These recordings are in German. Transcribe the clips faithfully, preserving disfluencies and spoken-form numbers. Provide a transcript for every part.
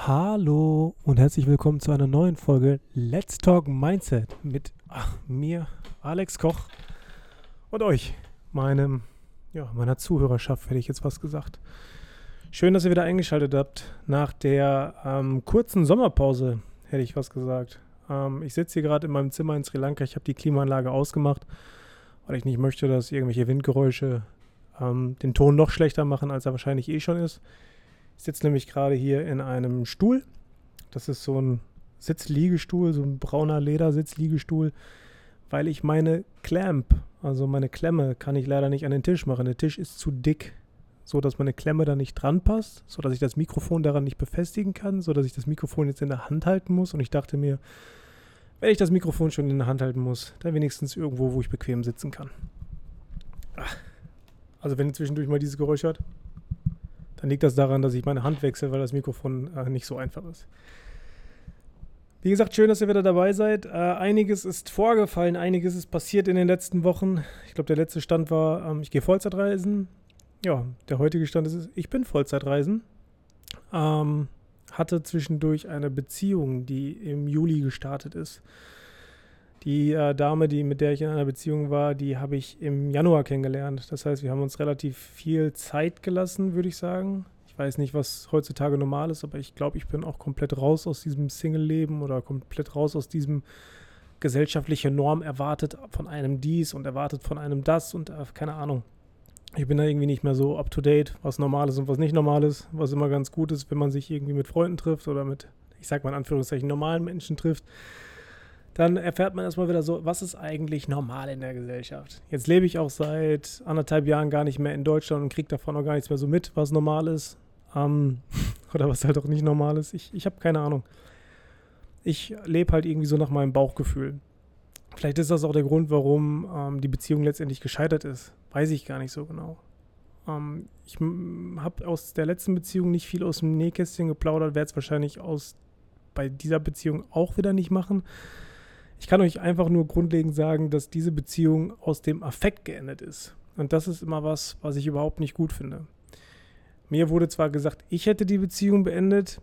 Hallo und herzlich willkommen zu einer neuen Folge Let's Talk Mindset mit ach, mir, Alex Koch und euch, meinem, ja, meiner Zuhörerschaft, hätte ich jetzt was gesagt. Schön, dass ihr wieder eingeschaltet habt nach der ähm, kurzen Sommerpause, hätte ich was gesagt. Ähm, ich sitze hier gerade in meinem Zimmer in Sri Lanka, ich habe die Klimaanlage ausgemacht, weil ich nicht möchte, dass irgendwelche Windgeräusche ähm, den Ton noch schlechter machen, als er wahrscheinlich eh schon ist. Ich sitze nämlich gerade hier in einem Stuhl. Das ist so ein Sitzliegestuhl, so ein brauner Ledersitzliegestuhl, weil ich meine Clamp, also meine Klemme, kann ich leider nicht an den Tisch machen. Der Tisch ist zu dick, so dass meine Klemme da nicht dran passt, so dass ich das Mikrofon daran nicht befestigen kann, so dass ich das Mikrofon jetzt in der Hand halten muss. Und ich dachte mir, wenn ich das Mikrofon schon in der Hand halten muss, dann wenigstens irgendwo, wo ich bequem sitzen kann. Also wenn ihr zwischendurch mal dieses Geräusch hört, dann liegt das daran, dass ich meine Hand wechsle, weil das Mikrofon äh, nicht so einfach ist. Wie gesagt, schön, dass ihr wieder dabei seid. Äh, einiges ist vorgefallen, einiges ist passiert in den letzten Wochen. Ich glaube, der letzte Stand war, ähm, ich gehe Vollzeitreisen. Ja, der heutige Stand ist, ich bin Vollzeitreisen. Ähm, hatte zwischendurch eine Beziehung, die im Juli gestartet ist. Die äh, Dame, die, mit der ich in einer Beziehung war, die habe ich im Januar kennengelernt. Das heißt, wir haben uns relativ viel Zeit gelassen, würde ich sagen. Ich weiß nicht, was heutzutage normal ist, aber ich glaube, ich bin auch komplett raus aus diesem Single-Leben oder komplett raus aus diesem gesellschaftliche Norm erwartet von einem dies und erwartet von einem das und äh, keine Ahnung. Ich bin da irgendwie nicht mehr so up-to-date, was normal ist und was nicht normal ist, was immer ganz gut ist, wenn man sich irgendwie mit Freunden trifft oder mit, ich sag mal in Anführungszeichen, normalen Menschen trifft. Dann erfährt man erstmal wieder so, was ist eigentlich normal in der Gesellschaft. Jetzt lebe ich auch seit anderthalb Jahren gar nicht mehr in Deutschland und kriege davon auch gar nichts mehr so mit, was normal ist. Ähm, oder was halt auch nicht normal ist. Ich, ich habe keine Ahnung. Ich lebe halt irgendwie so nach meinem Bauchgefühl. Vielleicht ist das auch der Grund, warum ähm, die Beziehung letztendlich gescheitert ist. Weiß ich gar nicht so genau. Ähm, ich habe aus der letzten Beziehung nicht viel aus dem Nähkästchen geplaudert, werde es wahrscheinlich aus, bei dieser Beziehung auch wieder nicht machen. Ich kann euch einfach nur grundlegend sagen, dass diese Beziehung aus dem Affekt geendet ist. Und das ist immer was, was ich überhaupt nicht gut finde. Mir wurde zwar gesagt, ich hätte die Beziehung beendet.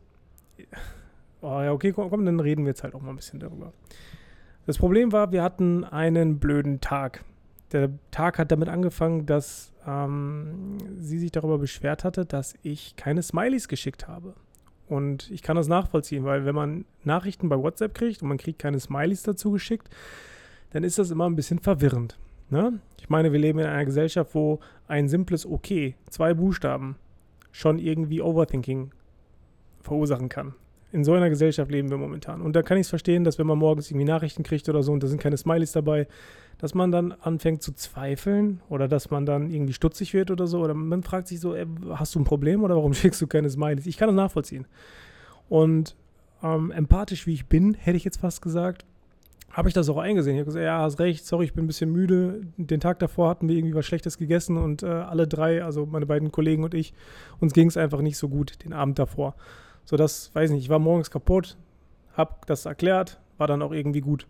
Oh ja, okay, komm, komm, dann reden wir jetzt halt auch mal ein bisschen darüber. Das Problem war, wir hatten einen blöden Tag. Der Tag hat damit angefangen, dass ähm, sie sich darüber beschwert hatte, dass ich keine Smileys geschickt habe. Und ich kann das nachvollziehen, weil wenn man Nachrichten bei WhatsApp kriegt und man kriegt keine Smileys dazu geschickt, dann ist das immer ein bisschen verwirrend. Ne? Ich meine, wir leben in einer Gesellschaft, wo ein simples Okay, zwei Buchstaben, schon irgendwie Overthinking verursachen kann. In so einer Gesellschaft leben wir momentan. Und da kann ich es verstehen, dass wenn man morgens irgendwie Nachrichten kriegt oder so und da sind keine Smileys dabei, dass man dann anfängt zu zweifeln oder dass man dann irgendwie stutzig wird oder so. Oder man fragt sich so, ey, hast du ein Problem oder warum schickst du keine Smileys? Ich kann das nachvollziehen. Und ähm, empathisch wie ich bin, hätte ich jetzt fast gesagt, habe ich das auch eingesehen. Ich habe gesagt, ja, hast recht, sorry, ich bin ein bisschen müde. Den Tag davor hatten wir irgendwie was Schlechtes gegessen und äh, alle drei, also meine beiden Kollegen und ich, uns ging es einfach nicht so gut den Abend davor. So, das, weiß nicht, ich war morgens kaputt, habe das erklärt, war dann auch irgendwie gut.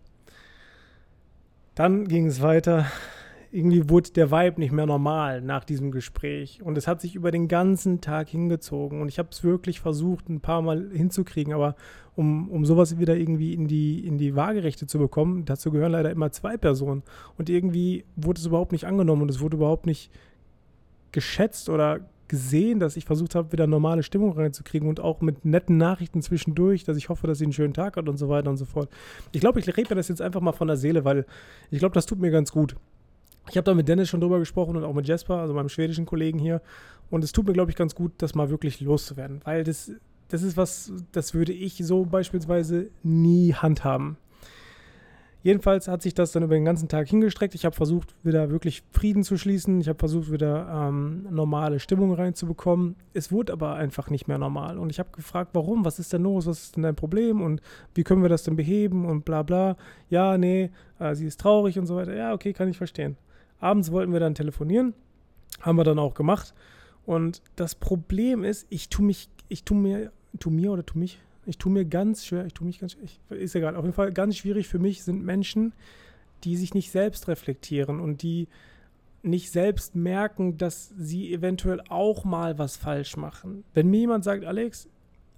Dann ging es weiter. Irgendwie wurde der Vibe nicht mehr normal nach diesem Gespräch. Und es hat sich über den ganzen Tag hingezogen. Und ich habe es wirklich versucht, ein paar Mal hinzukriegen. Aber um, um sowas wieder irgendwie in die, in die Waagerechte zu bekommen, dazu gehören leider immer zwei Personen. Und irgendwie wurde es überhaupt nicht angenommen und es wurde überhaupt nicht geschätzt oder gesehen, dass ich versucht habe, wieder normale Stimmung reinzukriegen und auch mit netten Nachrichten zwischendurch, dass ich hoffe, dass sie einen schönen Tag hat und so weiter und so fort. Ich glaube, ich rede mir das jetzt einfach mal von der Seele, weil ich glaube, das tut mir ganz gut. Ich habe da mit Dennis schon drüber gesprochen und auch mit Jesper, also meinem schwedischen Kollegen hier. Und es tut mir, glaube ich, ganz gut, das mal wirklich loszuwerden, weil das, das ist was, das würde ich so beispielsweise nie handhaben. Jedenfalls hat sich das dann über den ganzen Tag hingestreckt. Ich habe versucht, wieder wirklich Frieden zu schließen. Ich habe versucht, wieder ähm, normale Stimmung reinzubekommen. Es wurde aber einfach nicht mehr normal. Und ich habe gefragt, warum? Was ist denn los? Was ist denn dein Problem? Und wie können wir das denn beheben? Und bla bla. Ja, nee, äh, sie ist traurig und so weiter. Ja, okay, kann ich verstehen. Abends wollten wir dann telefonieren. Haben wir dann auch gemacht. Und das Problem ist, ich tue mich, ich tue mir, tu mir oder tu mich, ich tue mir ganz schwer, ich tue mich ganz schwer, ich, ist egal, auf jeden Fall ganz schwierig für mich sind Menschen, die sich nicht selbst reflektieren und die nicht selbst merken, dass sie eventuell auch mal was falsch machen. Wenn mir jemand sagt, Alex,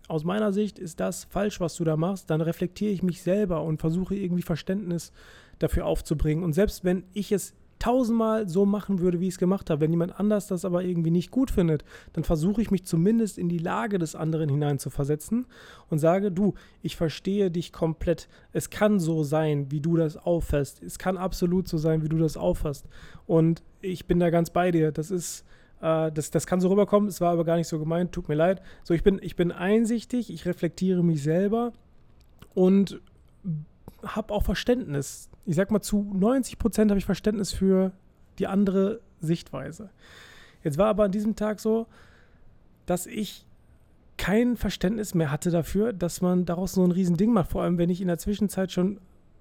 aus meiner Sicht ist das falsch, was du da machst, dann reflektiere ich mich selber und versuche irgendwie Verständnis dafür aufzubringen. Und selbst wenn ich es tausendmal so machen würde, wie ich es gemacht habe, wenn jemand anders das aber irgendwie nicht gut findet, dann versuche ich mich zumindest in die Lage des anderen hineinzuversetzen und sage, du, ich verstehe dich komplett. Es kann so sein, wie du das auffasst. Es kann absolut so sein, wie du das auffasst. Und ich bin da ganz bei dir. Das ist, äh, das, das kann so rüberkommen. Es war aber gar nicht so gemeint. Tut mir leid. So, ich bin, ich bin einsichtig. Ich reflektiere mich selber und habe auch Verständnis. Ich sag mal, zu neunzig Prozent habe ich Verständnis für die andere Sichtweise. Jetzt war aber an diesem Tag so, dass ich kein Verständnis mehr hatte dafür, dass man daraus so ein Riesending macht. Vor allem, wenn ich in der Zwischenzeit schon...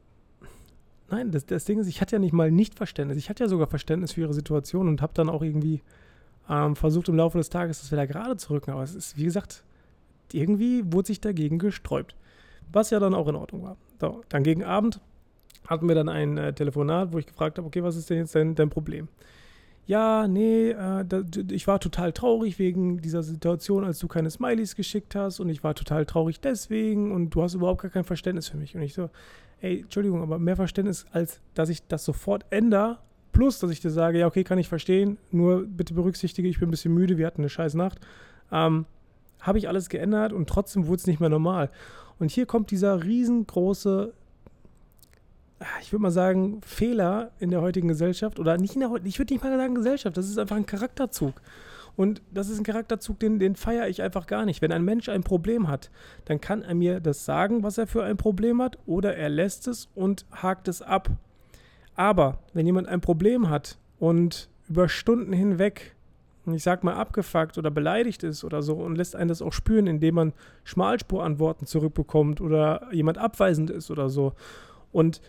Nein, das, das Ding ist, ich hatte ja nicht mal Nicht-Verständnis. Ich hatte ja sogar Verständnis für ihre Situation und habe dann auch irgendwie ähm, versucht, im Laufe des Tages das wieder gerade zu rücken. Aber es ist, wie gesagt, irgendwie wurde sich dagegen gesträubt. Was ja dann auch in Ordnung war. So, dann gegen Abend hatten wir dann ein äh, Telefonat, wo ich gefragt habe, okay, was ist denn jetzt dein, dein Problem? Ja, nee, äh, da, ich war total traurig wegen dieser Situation, als du keine Smileys geschickt hast und ich war total traurig deswegen und du hast überhaupt gar kein Verständnis für mich. Und ich so, ey, Entschuldigung, aber mehr Verständnis, als dass ich das sofort ändere, plus, dass ich dir sage, ja, okay, kann ich verstehen, nur bitte berücksichtige, ich bin ein bisschen müde, wir hatten eine scheiß Nacht, ähm, habe ich alles geändert und trotzdem wurde es nicht mehr normal. Und hier kommt dieser riesengroße, ich würde mal sagen, Fehler in der heutigen Gesellschaft, oder nicht in der heutigen, ich würde nicht mal sagen Gesellschaft, das ist einfach ein Charakterzug. Und das ist ein Charakterzug, den, den feiere ich einfach gar nicht. Wenn ein Mensch ein Problem hat, dann kann er mir das sagen, was er für ein Problem hat, oder er lässt es und hakt es ab. Aber wenn jemand ein Problem hat und über Stunden hinweg, ich sag mal, abgefuckt oder beleidigt ist oder so und lässt einen das auch spüren, indem man Schmalspurantworten zurückbekommt oder jemand abweisend ist oder so und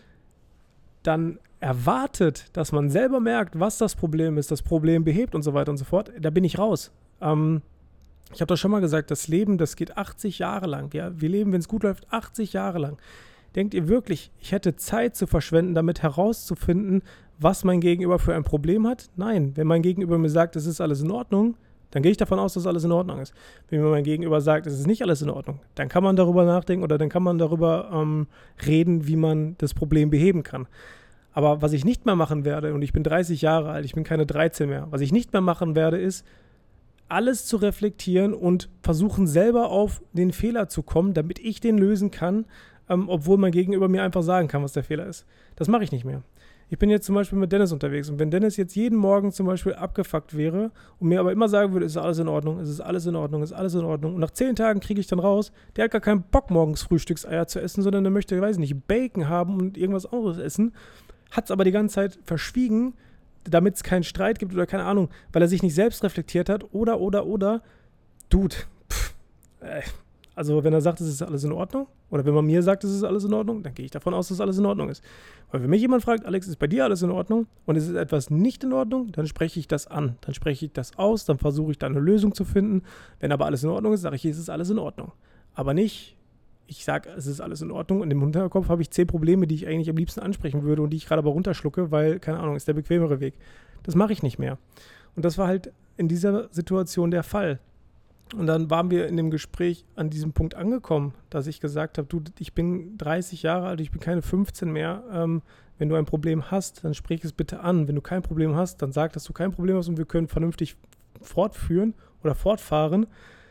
dann erwartet, dass man selber merkt, was das Problem ist, das Problem behebt und so weiter und so fort, da bin ich raus. Ähm, ich habe doch schon mal gesagt, das Leben, das geht achtzig Jahre lang. Ja? Wir leben, wenn es gut läuft, achtzig Jahre lang. Denkt ihr wirklich, ich hätte Zeit zu verschwenden, damit herauszufinden, was mein Gegenüber für ein Problem hat? Nein, wenn mein Gegenüber mir sagt, es ist alles in Ordnung, dann gehe ich davon aus, dass alles in Ordnung ist. Wenn mir mein Gegenüber sagt, es ist nicht alles in Ordnung, dann kann man darüber nachdenken oder dann kann man darüber ähm, reden, wie man das Problem beheben kann. Aber was ich nicht mehr machen werde, und ich bin dreißig Jahre alt, ich bin keine dreizehn mehr, was ich nicht mehr machen werde, ist, alles zu reflektieren und versuchen, selber auf den Fehler zu kommen, damit ich den lösen kann, ähm, obwohl mein Gegenüber mir einfach sagen kann, was der Fehler ist. Das mache ich nicht mehr. Ich bin jetzt zum Beispiel mit Dennis unterwegs und wenn Dennis jetzt jeden Morgen zum Beispiel abgefuckt wäre und mir aber immer sagen würde, es ist alles in Ordnung, es ist alles in Ordnung, es ist alles in Ordnung und nach zehn Tagen kriege ich dann raus, der hat gar keinen Bock, morgens Frühstückseier zu essen, sondern der möchte, weiß nicht, Bacon haben und irgendwas anderes essen, hat es aber die ganze Zeit verschwiegen, damit es keinen Streit gibt oder keine Ahnung, weil er sich nicht selbst reflektiert hat oder, oder, oder, Dude, pff, äh, also wenn er sagt, es ist alles in Ordnung oder wenn man mir sagt, es ist alles in Ordnung, dann gehe ich davon aus, dass alles in Ordnung ist. Weil wenn mich jemand fragt, Alex, ist bei dir alles in Ordnung und es ist etwas nicht in Ordnung, dann spreche ich das an, dann spreche ich das aus, dann versuche ich da eine Lösung zu finden. Wenn aber alles in Ordnung ist, sage ich, es ist alles in Ordnung. Aber nicht, ich sage, es ist alles in Ordnung und im Hinterkopf habe ich zehn Probleme, die ich eigentlich am liebsten ansprechen würde und die ich gerade aber runterschlucke, weil, keine Ahnung, ist der bequemere Weg. Das mache ich nicht mehr. Und das war halt in dieser Situation der Fall. Und dann waren wir in dem Gespräch an diesem Punkt angekommen, dass ich gesagt habe, du, ich bin dreißig Jahre alt, ich bin keine fünfzehn mehr. Ähm, wenn du ein Problem hast, dann sprich es bitte an. Wenn du kein Problem hast, dann sag, dass du kein Problem hast und wir können vernünftig fortführen oder fortfahren.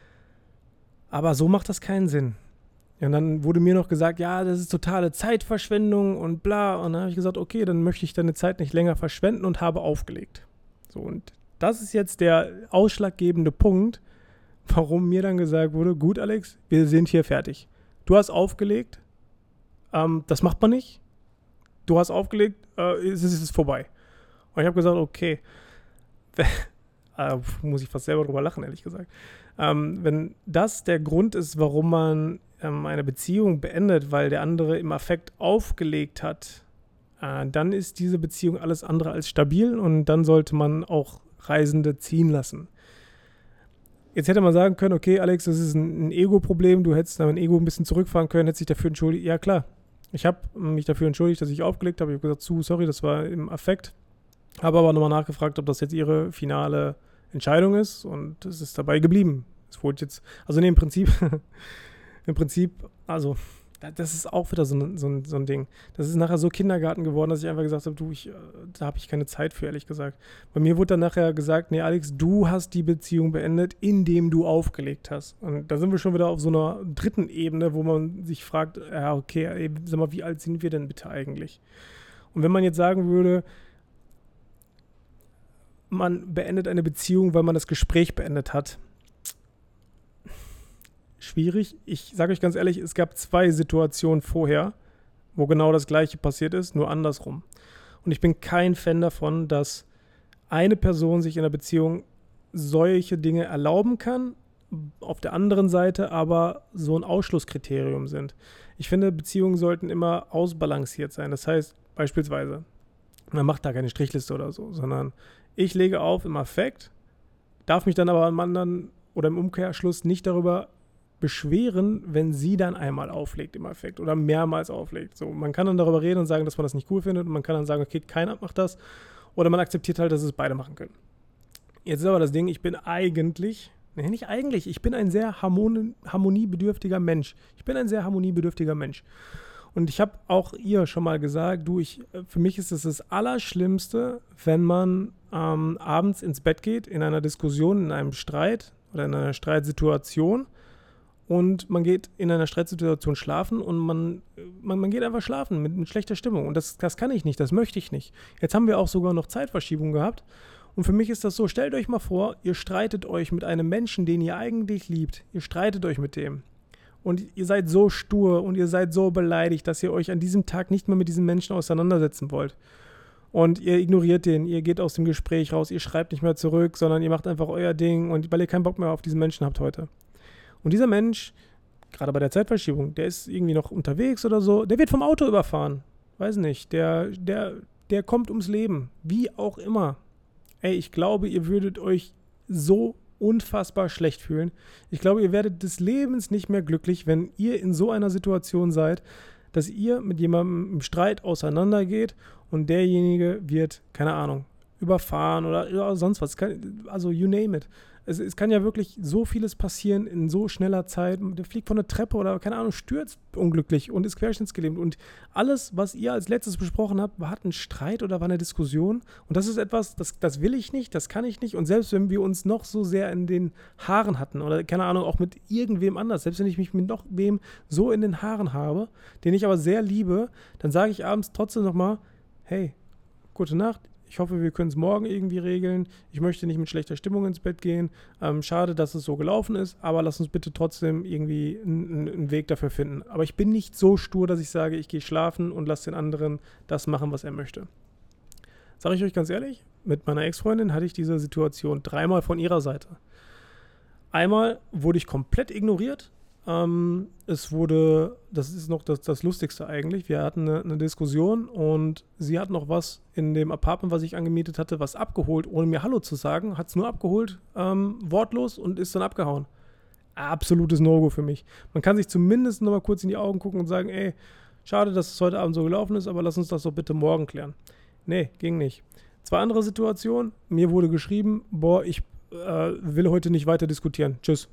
Aber so macht das keinen Sinn. Und dann wurde mir noch gesagt, ja, das ist totale Zeitverschwendung und bla. Und dann habe ich gesagt, okay, dann möchte ich deine Zeit nicht länger verschwenden und habe aufgelegt. So, und das ist jetzt der ausschlaggebende Punkt, warum mir dann gesagt wurde, gut, Alex, wir sind hier fertig. Du hast aufgelegt, ähm, das macht man nicht. Du hast aufgelegt, äh, es ist, es ist vorbei. Und ich habe gesagt, okay, äh, muss ich fast selber drüber lachen, ehrlich gesagt. Ähm, wenn das der Grund ist, warum man ähm, eine Beziehung beendet, weil der andere im Affekt aufgelegt hat, äh, dann ist diese Beziehung alles andere als stabil und dann sollte man auch Reisende ziehen lassen. Jetzt hätte man sagen können, okay, Alex, das ist ein, ein Ego-Problem, du hättest dein Ego ein bisschen zurückfahren können, hättest dich dafür entschuldigt. Ja, klar. Ich habe mich dafür entschuldigt, dass ich aufgelegt habe. Ich habe gesagt, zu, sorry, das war im Affekt. Habe aber nochmal nachgefragt, ob das jetzt ihre finale Entscheidung ist und es ist dabei geblieben. Es wurde jetzt, also nee, im Prinzip, im Prinzip, also das ist auch wieder so ein, so, ein, so ein Ding. Das ist nachher so Kindergarten geworden, dass ich einfach gesagt habe, du, ich, da habe ich keine Zeit für, ehrlich gesagt. Bei mir wurde dann nachher gesagt, nee, Alex, du hast die Beziehung beendet, indem du aufgelegt hast. Und da sind wir schon wieder auf so einer dritten Ebene, wo man sich fragt, ja, okay, ey, sag mal, wie alt sind wir denn bitte eigentlich? Und wenn man jetzt sagen würde, man beendet eine Beziehung, weil man das Gespräch beendet hat, schwierig. Ich sage euch ganz ehrlich, es gab zwei Situationen vorher, wo genau das Gleiche passiert ist, nur andersrum. Und ich bin kein Fan davon, dass eine Person sich in einer Beziehung solche Dinge erlauben kann, auf der anderen Seite aber so ein Ausschlusskriterium sind. Ich finde, Beziehungen sollten immer ausbalanciert sein. Das heißt beispielsweise, man macht da keine Strichliste oder so, sondern ich lege auf im Affekt, darf mich dann aber am anderen oder im Umkehrschluss nicht darüber beschweren, wenn sie dann einmal auflegt im Affekt oder mehrmals auflegt. So, man kann dann darüber reden und sagen, dass man das nicht cool findet und man kann dann sagen, okay, keiner macht das oder man akzeptiert halt, dass es beide machen können. Jetzt ist aber das Ding, ich bin eigentlich, nee, nicht eigentlich, ich bin ein sehr harmoni- harmoniebedürftiger Mensch. Ich bin ein sehr harmoniebedürftiger Mensch. Und ich habe auch ihr schon mal gesagt, du, ich, für mich ist es das Allerschlimmste, wenn man ähm, abends ins Bett geht, in einer Diskussion, in einem Streit oder in einer Streitsituation und man geht in einer Streitsituation schlafen und man, man, man geht einfach schlafen mit, mit schlechter Stimmung. Und das, das kann ich nicht, das möchte ich nicht. Jetzt haben wir auch sogar noch Zeitverschiebung gehabt. Und für mich ist das so, stellt euch mal vor, ihr streitet euch mit einem Menschen, den ihr eigentlich liebt. Ihr streitet euch mit dem. Und ihr seid so stur und ihr seid so beleidigt, dass ihr euch an diesem Tag nicht mehr mit diesem Menschen auseinandersetzen wollt. Und ihr ignoriert den, ihr geht aus dem Gespräch raus, ihr schreibt nicht mehr zurück, sondern ihr macht einfach euer Ding, und weil ihr keinen Bock mehr auf diesen Menschen habt heute. Und dieser Mensch, gerade bei der Zeitverschiebung, der ist irgendwie noch unterwegs oder so, der wird vom Auto überfahren. Weiß nicht, der, der, der kommt ums Leben, wie auch immer. Ey, ich glaube, ihr würdet euch so unfassbar schlecht fühlen. Ich glaube, ihr werdet des Lebens nicht mehr glücklich, wenn ihr in so einer Situation seid, dass ihr mit jemandem im Streit auseinandergeht und derjenige wird, keine Ahnung, überfahren oder, oder sonst was. Kann, also you name it. Es, es kann ja wirklich so vieles passieren in so schneller Zeit. Der fliegt von der Treppe oder, keine Ahnung, stürzt unglücklich und ist querschnittsgelähmt. Und alles, was ihr als letztes besprochen habt, war ein Streit oder war eine Diskussion. Und das ist etwas, das, das will ich nicht, das kann ich nicht. Und selbst wenn wir uns noch so sehr in den Haaren hatten oder, keine Ahnung, auch mit irgendwem anders, selbst wenn ich mich mit noch wem so in den Haaren habe, den ich aber sehr liebe, dann sage ich abends trotzdem nochmal, hey, gute Nacht. Ich hoffe, wir können es morgen irgendwie regeln. Ich möchte nicht mit schlechter Stimmung ins Bett gehen. Ähm, schade, dass es so gelaufen ist, aber lass uns bitte trotzdem irgendwie einen, einen Weg dafür finden. Aber ich bin nicht so stur, dass ich sage, ich gehe schlafen und lasse den anderen das machen, was er möchte. Sage ich euch ganz ehrlich, mit meiner Ex-Freundin hatte ich diese Situation dreimal von ihrer Seite. Einmal wurde ich komplett ignoriert. Ähm, es wurde, das ist noch das, das Lustigste eigentlich, wir hatten eine, eine Diskussion und sie hat noch was in dem Apartment, was ich angemietet hatte, was abgeholt, ohne mir Hallo zu sagen, hat es nur abgeholt, ähm, wortlos, und ist dann abgehauen. Absolutes No-Go für mich. Man kann sich zumindest noch mal kurz in die Augen gucken und sagen, ey, schade, dass es heute Abend so gelaufen ist, aber lass uns das doch bitte morgen klären. Nee, ging nicht. Zwei andere Situationen, mir wurde geschrieben, boah, ich äh, will heute nicht weiter diskutieren, tschüss.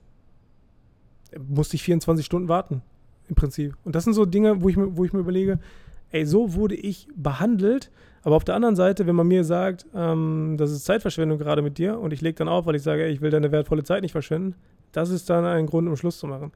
Musste ich vierundzwanzig Stunden warten, im Prinzip. Und das sind so Dinge, wo ich mir, wo ich mir überlege, ey, so wurde ich behandelt. Aber auf der anderen Seite, wenn man mir sagt, ähm, das ist Zeitverschwendung gerade mit dir, und ich lege dann auf, weil ich sage, ey, ich will deine wertvolle Zeit nicht verschwenden, das ist dann ein Grund, um Schluss zu machen.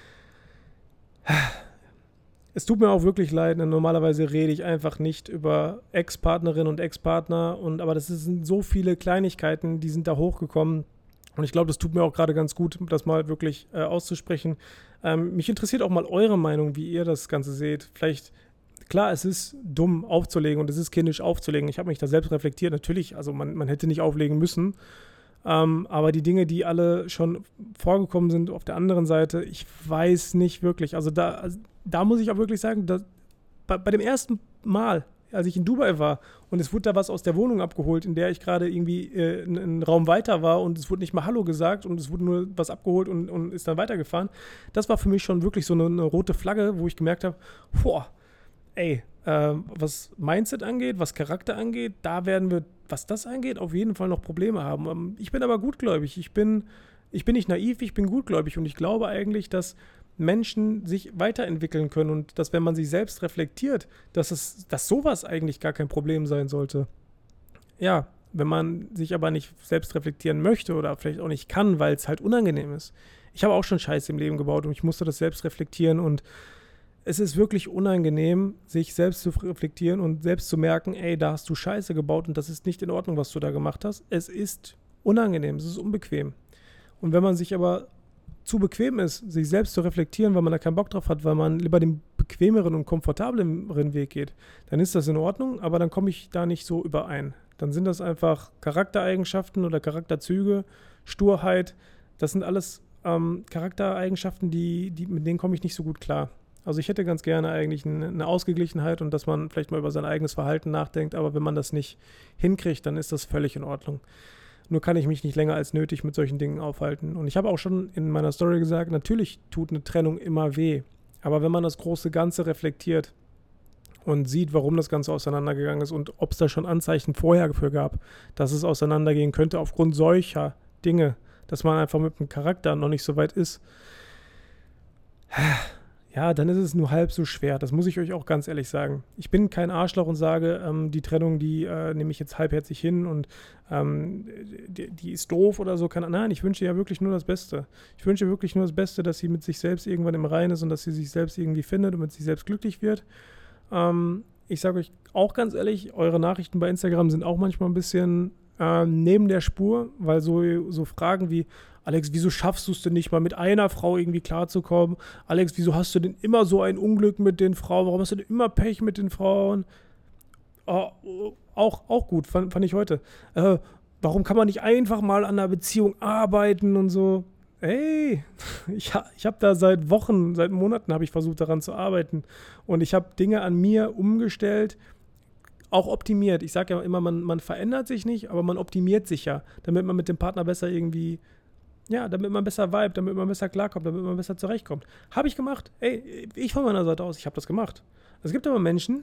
Es tut mir auch wirklich leid, denn normalerweise rede ich einfach nicht über Ex-Partnerinnen und Ex-Partner, und aber das sind so viele Kleinigkeiten, die sind da hochgekommen. Und ich glaube, das tut mir auch gerade ganz gut, das mal wirklich äh, auszusprechen. Ähm, mich interessiert auch mal eure Meinung, wie ihr das Ganze seht. Vielleicht, klar, es ist dumm aufzulegen und es ist kindisch aufzulegen. Ich habe mich da selbst reflektiert. Natürlich, also man, man hätte nicht auflegen müssen. Ähm, aber die Dinge, die alle schon vorgekommen sind auf der anderen Seite, ich weiß nicht wirklich. Also da, also da muss ich auch wirklich sagen, dass bei, bei dem ersten Mal, als ich in Dubai war und es wurde da was aus der Wohnung abgeholt, in der ich gerade irgendwie äh, einen Raum weiter war, und es wurde nicht mal Hallo gesagt und es wurde nur was abgeholt und, und ist dann weitergefahren. Das war für mich schon wirklich so eine, eine rote Flagge, wo ich gemerkt habe, boah, ey, äh, was Mindset angeht, was Charakter angeht, da werden wir, was das angeht, auf jeden Fall noch Probleme haben. Ich bin aber gutgläubig. Ich bin Ich bin nicht naiv, ich bin gutgläubig und ich glaube eigentlich, dass Menschen sich weiterentwickeln können und dass, wenn man sich selbst reflektiert, dass es, dass sowas eigentlich gar kein Problem sein sollte. Ja, wenn man sich aber nicht selbst reflektieren möchte oder vielleicht auch nicht kann, weil es halt unangenehm ist. Ich habe auch schon Scheiße im Leben gebaut und ich musste das selbst reflektieren und es ist wirklich unangenehm, sich selbst zu reflektieren und selbst zu merken, ey, da hast du Scheiße gebaut und das ist nicht in Ordnung, was du da gemacht hast. Es ist unangenehm, es ist unbequem. Und wenn man sich aber zu bequem ist, sich selbst zu reflektieren, weil man da keinen Bock drauf hat, weil man lieber den bequemeren und komfortableren Weg geht, dann ist das in Ordnung, aber dann komme ich da nicht so überein. Dann sind das einfach Charaktereigenschaften oder Charakterzüge, Sturheit, das sind alles ähm, Charaktereigenschaften, die, die, mit denen komme ich nicht so gut klar. Also ich hätte ganz gerne eigentlich eine, eine Ausgeglichenheit und dass man vielleicht mal über sein eigenes Verhalten nachdenkt, aber wenn man das nicht hinkriegt, dann ist das völlig in Ordnung. Nur kann ich mich nicht länger als nötig mit solchen Dingen aufhalten. Und ich habe auch schon in meiner Story gesagt, natürlich tut eine Trennung immer weh. Aber wenn man das große Ganze reflektiert und sieht, warum das Ganze auseinandergegangen ist und ob es da schon Anzeichen vorher dafür gab, dass es auseinandergehen könnte aufgrund solcher Dinge, dass man einfach mit dem Charakter noch nicht so weit ist, ja, dann ist es nur halb so schwer. Das muss ich euch auch ganz ehrlich sagen. Ich bin kein Arschloch und sage, ähm, die Trennung, die äh, nehme ich jetzt halbherzig hin und ähm, die, die ist doof oder so. Kann, nein, ich wünsche ja wirklich nur das Beste. Ich wünsche wirklich nur das Beste, dass sie mit sich selbst irgendwann im Reinen ist und dass sie sich selbst irgendwie findet und mit sich selbst glücklich wird. Ähm, ich sage euch auch ganz ehrlich, eure Nachrichten bei Instagram sind auch manchmal ein bisschen äh, neben der Spur, weil so, so Fragen wie, Alex, wieso schaffst du es denn nicht mal mit einer Frau irgendwie klarzukommen? Alex, wieso hast du denn immer so ein Unglück mit den Frauen? Warum hast du denn immer Pech mit den Frauen? Oh, auch, auch gut, fand, fand ich heute. Äh, warum kann man nicht einfach mal an einer Beziehung arbeiten und so? Hey, ich, ich habe da seit Wochen, seit Monaten habe ich versucht daran zu arbeiten. Und ich habe Dinge an mir umgestellt, auch optimiert. Ich sage ja immer, man, man verändert sich nicht, aber man optimiert sich ja, damit man mit dem Partner besser irgendwie... Ja, damit man besser vibet, damit man besser klarkommt, damit man besser zurechtkommt. Habe ich gemacht. Ey, ich von meiner Seite aus, ich habe das gemacht. Es gibt aber Menschen,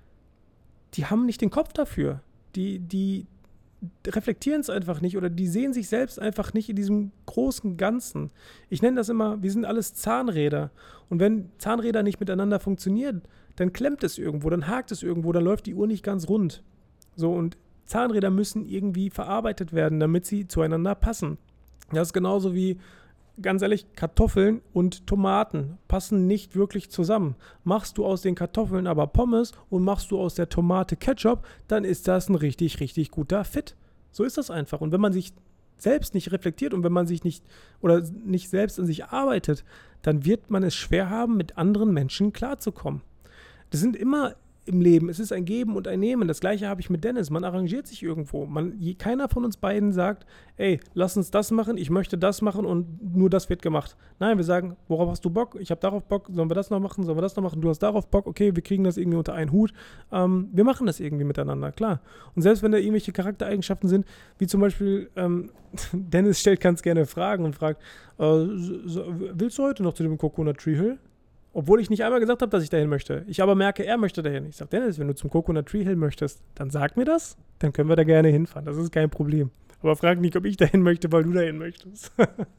die haben nicht den Kopf dafür. Die, die reflektieren es einfach nicht oder die sehen sich selbst einfach nicht in diesem großen Ganzen. Ich nenne das immer, wir sind alles Zahnräder. Und wenn Zahnräder nicht miteinander funktionieren, dann klemmt es irgendwo, dann hakt es irgendwo, dann läuft die Uhr nicht ganz rund. So, und Zahnräder müssen irgendwie verarbeitet werden, damit sie zueinander passen. Das ist genauso wie, ganz ehrlich, Kartoffeln und Tomaten passen nicht wirklich zusammen. Machst du aus den Kartoffeln aber Pommes und machst du aus der Tomate Ketchup, dann ist das ein richtig, richtig guter Fit. So ist das einfach. Und wenn man sich selbst nicht reflektiert und wenn man sich nicht oder nicht selbst an sich arbeitet, dann wird man es schwer haben, mit anderen Menschen klarzukommen. Das sind immer im Leben, es ist ein Geben und ein Nehmen. Das Gleiche habe ich mit Dennis. Man arrangiert sich irgendwo. Man, keiner von uns beiden sagt, ey, lass uns das machen, ich möchte das machen und nur das wird gemacht. Nein, wir sagen, worauf hast du Bock? Ich habe darauf Bock, sollen wir das noch machen, sollen wir das noch machen? Du hast darauf Bock, okay, wir kriegen das irgendwie unter einen Hut. Ähm, wir machen das irgendwie miteinander, klar. Und selbst wenn da irgendwelche Charaktereigenschaften sind, wie zum Beispiel, ähm, Dennis stellt ganz gerne Fragen und fragt, äh, so, willst du heute noch zu dem Coconut Tree Hill? Obwohl ich nicht einmal gesagt habe, dass ich dahin möchte. Ich aber merke, er möchte dahin. Ich sage, Dennis, wenn du zum Coconut Tree Hill möchtest, dann sag mir das. Dann können wir da gerne hinfahren. Das ist kein Problem. Aber frag nicht, ob ich dahin möchte, weil du dahin möchtest.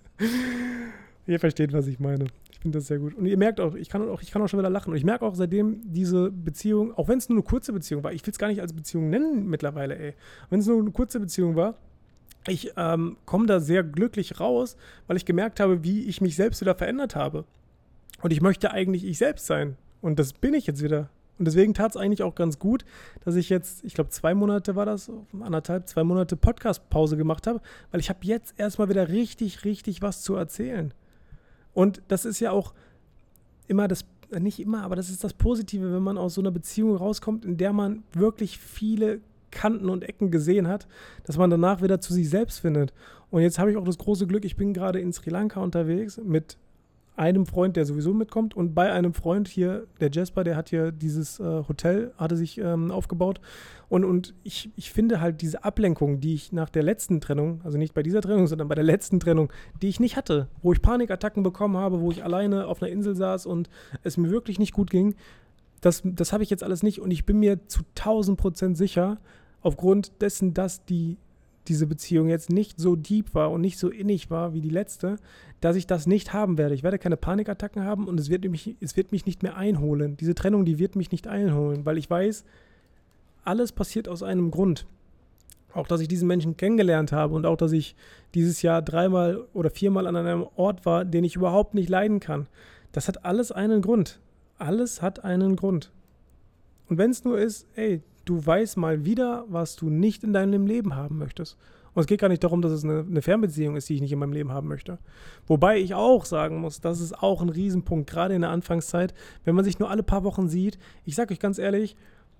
Ihr versteht, was ich meine. Ich finde das sehr gut. Und ihr merkt auch, ich kann auch, ich kann auch schon wieder lachen. Und ich merke auch, seitdem diese Beziehung, auch wenn es nur eine kurze Beziehung war, ich will es gar nicht als Beziehung nennen mittlerweile, ey. Wenn es nur eine kurze Beziehung war, ich ähm, komme da sehr glücklich raus, weil ich gemerkt habe, wie ich mich selbst wieder verändert habe. Und ich möchte eigentlich ich selbst sein. Und das bin ich jetzt wieder. Und deswegen tat es eigentlich auch ganz gut, dass ich jetzt, ich glaube zwei Monate war das, anderthalb, zwei Monate Podcast-Pause gemacht habe, weil ich habe jetzt erstmal wieder richtig, richtig was zu erzählen. Und das ist ja auch immer das, nicht immer, aber das ist das Positive, wenn man aus so einer Beziehung rauskommt, in der man wirklich viele Kanten und Ecken gesehen hat, dass man danach wieder zu sich selbst findet. Und jetzt habe ich auch das große Glück, ich bin gerade in Sri Lanka unterwegs mit einem Freund, der sowieso mitkommt und bei einem Freund hier, der Jasper, der hat hier dieses äh, Hotel, hatte sich ähm, aufgebaut und, und ich, ich finde halt diese Ablenkung, die ich nach der letzten Trennung, also nicht bei dieser Trennung, sondern bei der letzten Trennung, die ich nicht hatte, wo ich Panikattacken bekommen habe, wo ich alleine auf einer Insel saß und es mir wirklich nicht gut ging, das, das habe ich jetzt alles nicht und ich bin mir zu tausend Prozent sicher, aufgrund dessen, dass die diese Beziehung jetzt nicht so deep war und nicht so innig war wie die letzte, dass ich das nicht haben werde. Ich werde keine Panikattacken haben und es wird mich, es wird mich nicht mehr einholen. Diese Trennung, die wird mich nicht einholen, weil ich weiß, alles passiert aus einem Grund. Auch, dass ich diesen Menschen kennengelernt habe und auch, dass ich dieses Jahr dreimal oder viermal an einem Ort war, den ich überhaupt nicht leiden kann. Das hat alles einen Grund. Alles hat einen Grund. Und wenn es nur ist, ey, du weißt mal wieder, was du nicht in deinem Leben haben möchtest. Und es geht gar nicht darum, dass es eine, eine Fernbeziehung ist, die ich nicht in meinem Leben haben möchte. Wobei ich auch sagen muss, das ist auch ein Riesenpunkt, gerade in der Anfangszeit, wenn man sich nur alle paar Wochen sieht. Ich sage euch ganz ehrlich,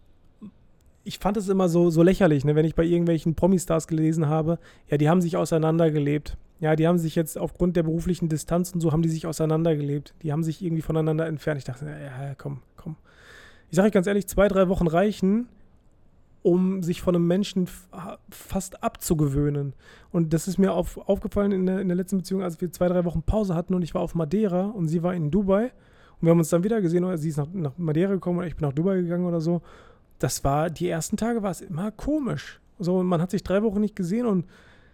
ich fand es immer so, so lächerlich, ne, wenn ich bei irgendwelchen Promi-Stars gelesen habe, ja, die haben sich auseinandergelebt. Ja, die haben sich jetzt aufgrund der beruflichen Distanz und so, haben die sich auseinandergelebt. Die haben sich irgendwie voneinander entfernt. Ich dachte, ja, komm, komm. Ich sage euch ganz ehrlich, zwei, drei Wochen reichen, um sich von einem Menschen f- fast abzugewöhnen. Und das ist mir auf, aufgefallen in der, in der letzten Beziehung, als wir zwei, drei Wochen Pause hatten und ich war auf Madeira und sie war in Dubai. Und wir haben uns dann wieder gesehen, oder sie ist nach, nach Madeira gekommen oder ich bin nach Dubai gegangen oder so. Das war, die ersten Tage war es immer komisch. So, man hat sich drei Wochen nicht gesehen und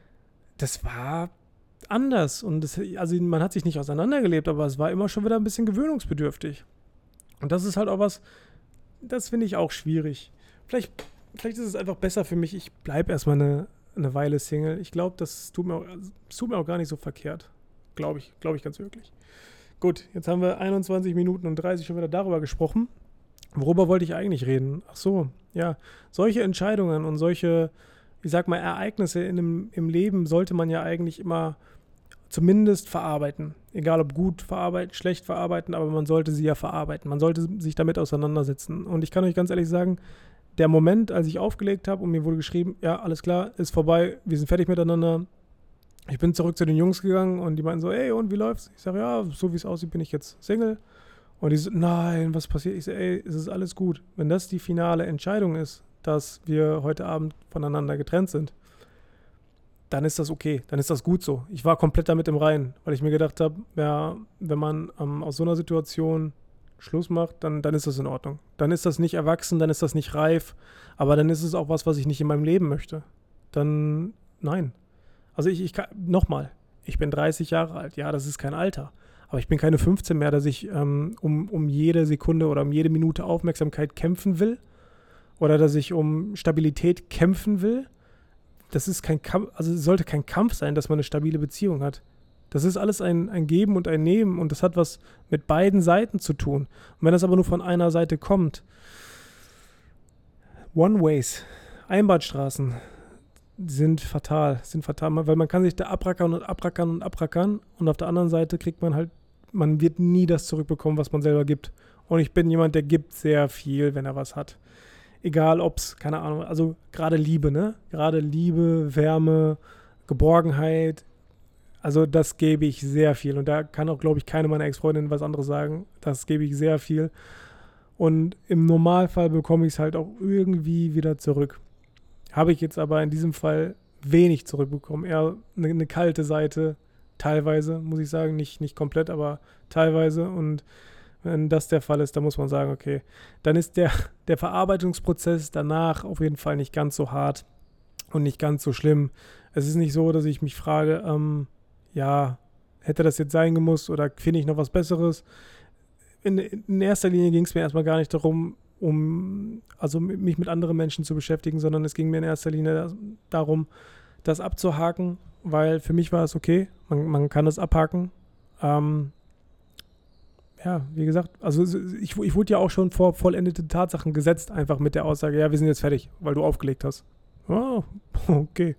das war anders. Und das, also man hat sich nicht auseinandergelebt, aber es war immer schon wieder ein bisschen gewöhnungsbedürftig. Und das ist halt auch was, das finde ich auch schwierig. Vielleicht, vielleicht ist es einfach besser für mich, ich bleibe erstmal eine, eine Weile Single. Ich glaube, das tut mir, auch, das tut mir auch gar nicht so verkehrt. Glaube ich, glaube ich ganz wirklich. Gut, jetzt haben wir einundzwanzig Minuten und dreißig schon wieder darüber gesprochen. Worüber wollte ich eigentlich reden? Ach so, ja, solche Entscheidungen und solche, ich sag mal, Ereignisse in dem, im Leben sollte man ja eigentlich immer zumindest verarbeiten. Egal ob gut verarbeiten, schlecht verarbeiten, aber man sollte sie ja verarbeiten. Man sollte sich damit auseinandersetzen. Und ich kann euch ganz ehrlich sagen, der Moment, als ich aufgelegt habe und mir wurde geschrieben, ja, alles klar, ist vorbei, wir sind fertig miteinander. Ich bin zurück zu den Jungs gegangen und die meinten so, ey, und wie läuft's? Ich sage, ja, so wie es aussieht, bin ich jetzt Single. Und die so, nein, was passiert? Ich so, ey, es ist alles gut. Wenn das die finale Entscheidung ist, dass wir heute Abend voneinander getrennt sind, dann ist das okay, dann ist das gut so. Ich war komplett damit im Reinen, weil ich mir gedacht habe, ja, wenn man ähm, aus so einer Situation Schluss macht, dann, dann ist das in Ordnung. Dann ist das nicht erwachsen, dann ist das nicht reif, aber dann ist es auch was, was ich nicht in meinem Leben möchte. Dann, nein. Also ich, ich kann, nochmal, ich bin dreißig Jahre alt, ja, das ist kein Alter. Aber ich bin keine fünfzehn mehr, dass ich ähm, um, um jede Sekunde oder um jede Minute Aufmerksamkeit kämpfen will. Oder dass ich um Stabilität kämpfen will. Das ist kein Kampf, also es sollte kein Kampf sein, dass man eine stabile Beziehung hat. Das ist alles ein, ein Geben und ein Nehmen und das hat was mit beiden Seiten zu tun. Und wenn das aber nur von einer Seite kommt, One-Ways, Einbahnstraßen sind fatal, sind fatal, weil man kann sich da abrackern und abrackern und abrackern und auf der anderen Seite kriegt man halt, man wird nie das zurückbekommen, was man selber gibt. Und ich bin jemand, der gibt sehr viel, wenn er was hat. Egal ob es, keine Ahnung, also gerade Liebe, ne? Gerade Liebe, Wärme, Geborgenheit, also das gebe ich sehr viel. Und da kann auch, glaube ich, keine meiner Ex-Freundinnen was anderes sagen. Das gebe ich sehr viel. Und im Normalfall bekomme ich es halt auch irgendwie wieder zurück. Habe ich jetzt aber in diesem Fall wenig zurückbekommen. Eher eine, eine kalte Seite, teilweise, muss ich sagen. Nicht, nicht komplett, aber teilweise. Und wenn das der Fall ist, dann muss man sagen, okay, dann ist der, der Verarbeitungsprozess danach auf jeden Fall nicht ganz so hart und nicht ganz so schlimm. Es ist nicht so, dass ich mich frage, ähm, ja, hätte das jetzt sein gemusst oder finde ich noch was Besseres? In, in erster Linie ging es mir erstmal gar nicht darum, um also mich mit anderen Menschen zu beschäftigen, sondern es ging mir in erster Linie darum, das abzuhaken, weil für mich war es okay, man, man kann das abhaken. Ähm, ja, wie gesagt, also ich, ich wurde ja auch schon vor vollendete Tatsachen gesetzt, einfach mit der Aussage, ja, wir sind jetzt fertig, weil du aufgelegt hast. Oh, okay.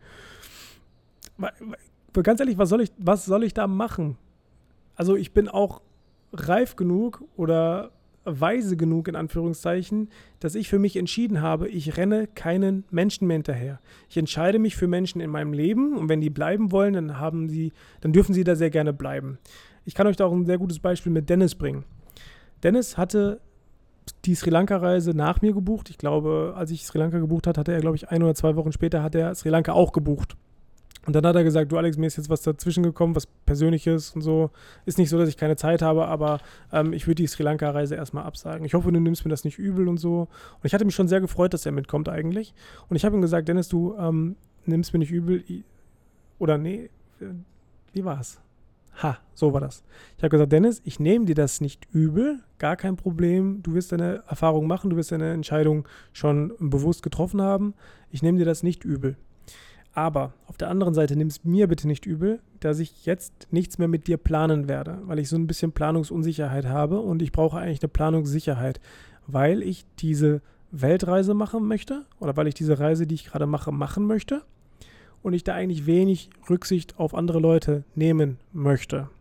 Ganz ehrlich, was soll ich, was soll ich da machen? Also ich bin auch reif genug oder weise genug, in Anführungszeichen, dass ich für mich entschieden habe, ich renne keinen Menschen mehr hinterher. Ich entscheide mich für Menschen in meinem Leben und wenn die bleiben wollen, dann haben sie, dann dürfen sie da sehr gerne bleiben. Ich kann euch da auch ein sehr gutes Beispiel mit Dennis bringen. Dennis hatte die Sri Lanka-Reise nach mir gebucht. Ich glaube, als ich Sri Lanka gebucht hatte, hatte er, glaube ich, ein oder zwei Wochen später hat er Sri Lanka auch gebucht. Und dann hat er gesagt, du Alex, mir ist jetzt was dazwischen gekommen, was Persönliches und so. Ist nicht so, dass ich keine Zeit habe, aber ähm, ich würde die Sri Lanka-Reise erstmal absagen. Ich hoffe, du nimmst mir das nicht übel und so. Und ich hatte mich schon sehr gefreut, dass er mitkommt eigentlich. Und ich habe ihm gesagt, Dennis, du, ähm, nimm's mir nicht übel. Oder nee, wie war's? Ha, so war das. Ich habe gesagt, Dennis, ich nehme dir das nicht übel, gar kein Problem. Du wirst deine Erfahrung machen, du wirst deine Entscheidung schon bewusst getroffen haben. Ich nehme dir das nicht übel. Aber auf der anderen Seite nimm es mir bitte nicht übel, dass ich jetzt nichts mehr mit dir planen werde, weil ich so ein bisschen Planungsunsicherheit habe und ich brauche eigentlich eine Planungssicherheit, weil ich diese Weltreise machen möchte oder weil ich diese Reise, die ich gerade mache, machen möchte. Und ich da eigentlich wenig Rücksicht auf andere Leute nehmen möchte.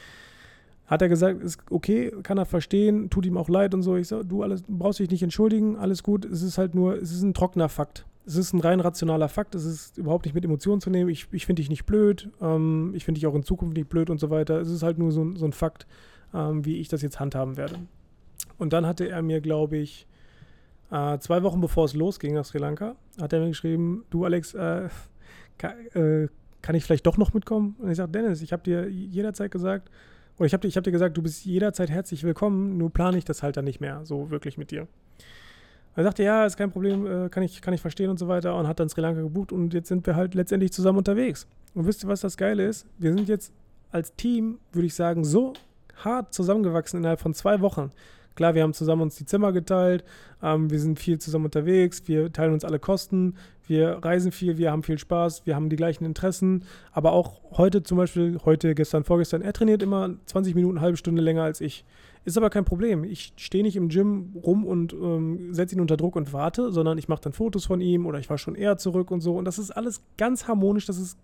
Hat er gesagt, ist okay, kann er verstehen, tut ihm auch leid und so. Ich so, du alles, brauchst dich nicht entschuldigen, alles gut. Es ist halt nur, es ist ein trockener Fakt. Es ist ein rein rationaler Fakt. Es ist überhaupt nicht mit Emotionen zu nehmen. Ich, ich finde dich nicht blöd. Ähm, ich finde dich auch in Zukunft nicht blöd und so weiter. Es ist halt nur so, so ein Fakt, ähm, wie ich das jetzt handhaben werde. Und dann hatte er mir, glaube ich, äh, zwei Wochen bevor es losging nach Sri Lanka, hat er mir geschrieben, du Alex, äh, Kann, äh, kann ich vielleicht doch noch mitkommen? Und ich sage, Dennis, ich habe dir jederzeit gesagt, oder ich habe dir, ich hab dir gesagt, du bist jederzeit herzlich willkommen, nur plane ich das halt dann nicht mehr, so wirklich mit dir. Er sagte, ja, ist kein Problem, äh, kann, ich, kann ich verstehen und so weiter und hat dann Sri Lanka gebucht und jetzt sind wir halt letztendlich zusammen unterwegs. Und wisst ihr, was das Geile ist? Wir sind jetzt als Team, würde ich sagen, so hart zusammengewachsen innerhalb von zwei Wochen. Klar, wir haben zusammen uns die Zimmer geteilt, ähm, wir sind viel zusammen unterwegs, wir teilen uns alle Kosten, wir reisen viel, wir haben viel Spaß, wir haben die gleichen Interessen, aber auch heute zum Beispiel, heute, gestern, vorgestern, er trainiert immer zwanzig Minuten, eine halbe Stunde länger als ich. Ist aber kein Problem. Ich stehe nicht im Gym rum und ähm, setze ihn unter Druck und warte, sondern ich mache dann Fotos von ihm oder ich war schon eher zurück und so und das ist alles ganz harmonisch, das ist,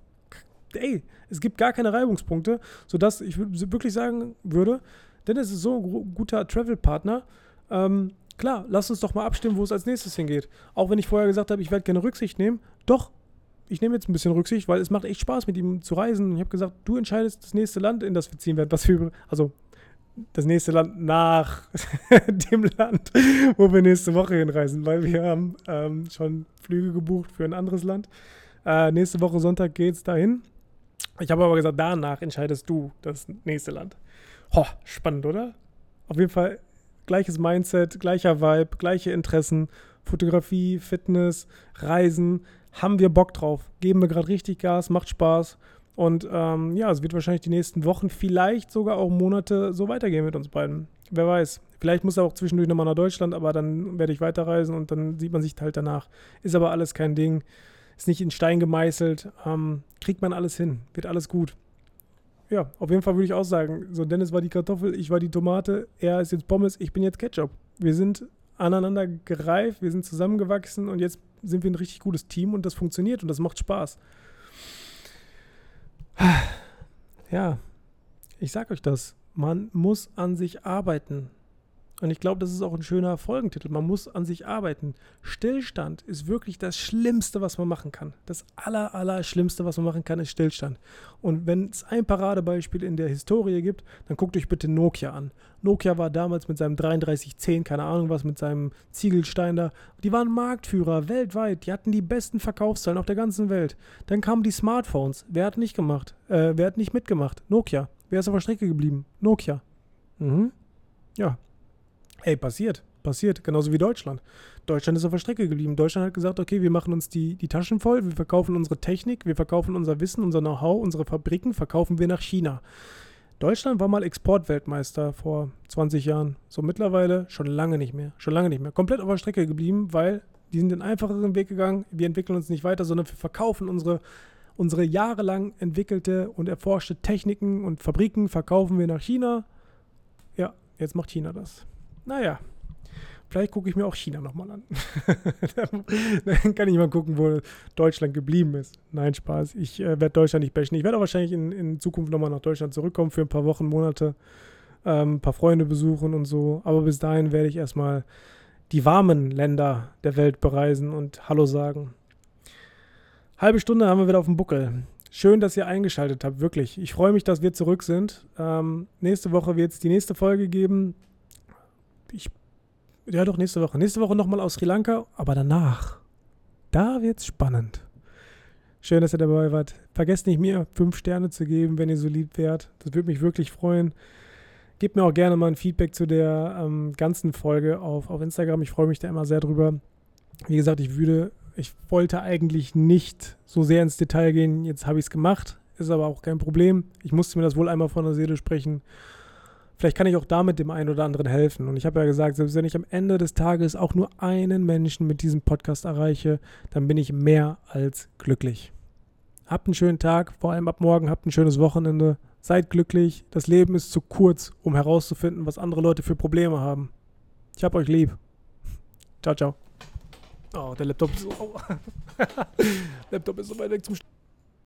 ey, es gibt gar keine Reibungspunkte, sodass ich wirklich sagen würde, Dennis ist so ein guter Travel-Partner. Ähm, klar, lass uns doch mal abstimmen, wo es als nächstes hingeht. Auch wenn ich vorher gesagt habe, ich werde keine Rücksicht nehmen. Doch, ich nehme jetzt ein bisschen Rücksicht, weil es macht echt Spaß, mit ihm zu reisen. Ich habe gesagt, du entscheidest das nächste Land, in das wir ziehen werden. Was wir, also das nächste Land nach dem Land, wo wir nächste Woche hinreisen, weil wir haben ähm, schon Flüge gebucht für ein anderes Land. Äh, nächste Woche Sonntag geht's dahin. Ich habe aber gesagt, danach entscheidest du das nächste Land. Ho, spannend, oder? Auf jeden Fall gleiches Mindset, gleicher Vibe, gleiche Interessen, Fotografie, Fitness, Reisen. Haben wir Bock drauf? Geben wir gerade richtig Gas, macht Spaß. Und ähm, ja, es wird wahrscheinlich die nächsten Wochen, vielleicht sogar auch Monate so weitergehen mit uns beiden. Wer weiß. Vielleicht muss er auch zwischendurch nochmal nach Deutschland, aber dann werde ich weiterreisen und dann sieht man sich halt danach. Ist aber alles kein Ding. Ist nicht in Stein gemeißelt. Ähm, kriegt man alles hin. Wird alles gut. Ja, auf jeden Fall würde ich auch sagen, so Dennis war die Kartoffel, ich war die Tomate, er ist jetzt Pommes, ich bin jetzt Ketchup. Wir sind aneinander gereift, wir sind zusammengewachsen und jetzt sind wir ein richtig gutes Team und das funktioniert und das macht Spaß. Ja, ich sag euch das, man muss an sich arbeiten. Und ich glaube, das ist auch ein schöner Folgentitel. Man muss an sich arbeiten. Stillstand ist wirklich das Schlimmste, was man machen kann. Das aller, aller Schlimmste, was man machen kann, ist Stillstand. Und wenn es ein Paradebeispiel in der Historie gibt, dann guckt euch bitte Nokia an. Nokia war damals mit seinem dreiunddreißig zehn, keine Ahnung was, mit seinem Ziegelstein da. Die waren Marktführer weltweit. Die hatten die besten Verkaufszahlen auf der ganzen Welt. Dann kamen die Smartphones. Wer hat nicht gemacht? Äh, wer hat nicht mitgemacht? Nokia. Wer ist auf der Strecke geblieben? Nokia. Mhm. Ja. Ey, passiert, passiert, genauso wie Deutschland. Deutschland ist auf der Strecke geblieben. Deutschland hat gesagt, okay, wir machen uns die, die Taschen voll, wir verkaufen unsere Technik, wir verkaufen unser Wissen, unser Know-how, unsere Fabriken, verkaufen wir nach China. Deutschland war mal Exportweltmeister vor zwanzig Jahren. So mittlerweile schon lange nicht mehr, schon lange nicht mehr. Komplett auf der Strecke geblieben, weil die sind den einfacheren Weg gegangen. Wir entwickeln uns nicht weiter, sondern wir verkaufen unsere, unsere jahrelang entwickelte und erforschte Techniken und Fabriken, verkaufen wir nach China. Ja, jetzt macht China das. Naja, vielleicht gucke ich mir auch China nochmal an. Dann kann ich mal gucken, wo Deutschland geblieben ist. Nein, Spaß. Ich äh, werde Deutschland nicht bashen. Ich werde auch wahrscheinlich in, in Zukunft nochmal nach Deutschland zurückkommen für ein paar Wochen, Monate, ähm, ein paar Freunde besuchen und so. Aber bis dahin werde ich erstmal die warmen Länder der Welt bereisen und Hallo sagen. Halbe Stunde haben wir wieder auf dem Buckel. Schön, dass ihr eingeschaltet habt, wirklich. Ich freue mich, dass wir zurück sind. Ähm, nächste Woche wird es die nächste Folge geben. Ich, ja doch, nächste Woche. Nächste Woche nochmal aus Sri Lanka, aber danach, da wird's spannend. Schön, dass ihr dabei wart. Vergesst nicht, mir fünf Sterne zu geben, wenn ihr so lieb wärt. Das würde mich wirklich freuen. Gebt mir auch gerne mal ein Feedback zu der ähm, ganzen Folge auf, auf Instagram. Ich freue mich da immer sehr drüber. Wie gesagt, ich würde Ich wollte eigentlich nicht so sehr ins Detail gehen, jetzt habe ich es gemacht, ist aber auch kein Problem. Ich musste mir das wohl einmal von der Seele sprechen. Vielleicht kann ich auch damit dem einen oder anderen helfen. Und ich habe ja gesagt, selbst wenn ich am Ende des Tages auch nur einen Menschen mit diesem Podcast erreiche, dann bin ich mehr als glücklich. Habt einen schönen Tag, vor allem ab morgen, habt ein schönes Wochenende. Seid glücklich, das Leben ist zu kurz, um herauszufinden, was andere Leute für Probleme haben. Ich hab euch lieb. Ciao, ciao. Oh, der Laptop ist so... Oh. Laptop ist so weit weg zum... St-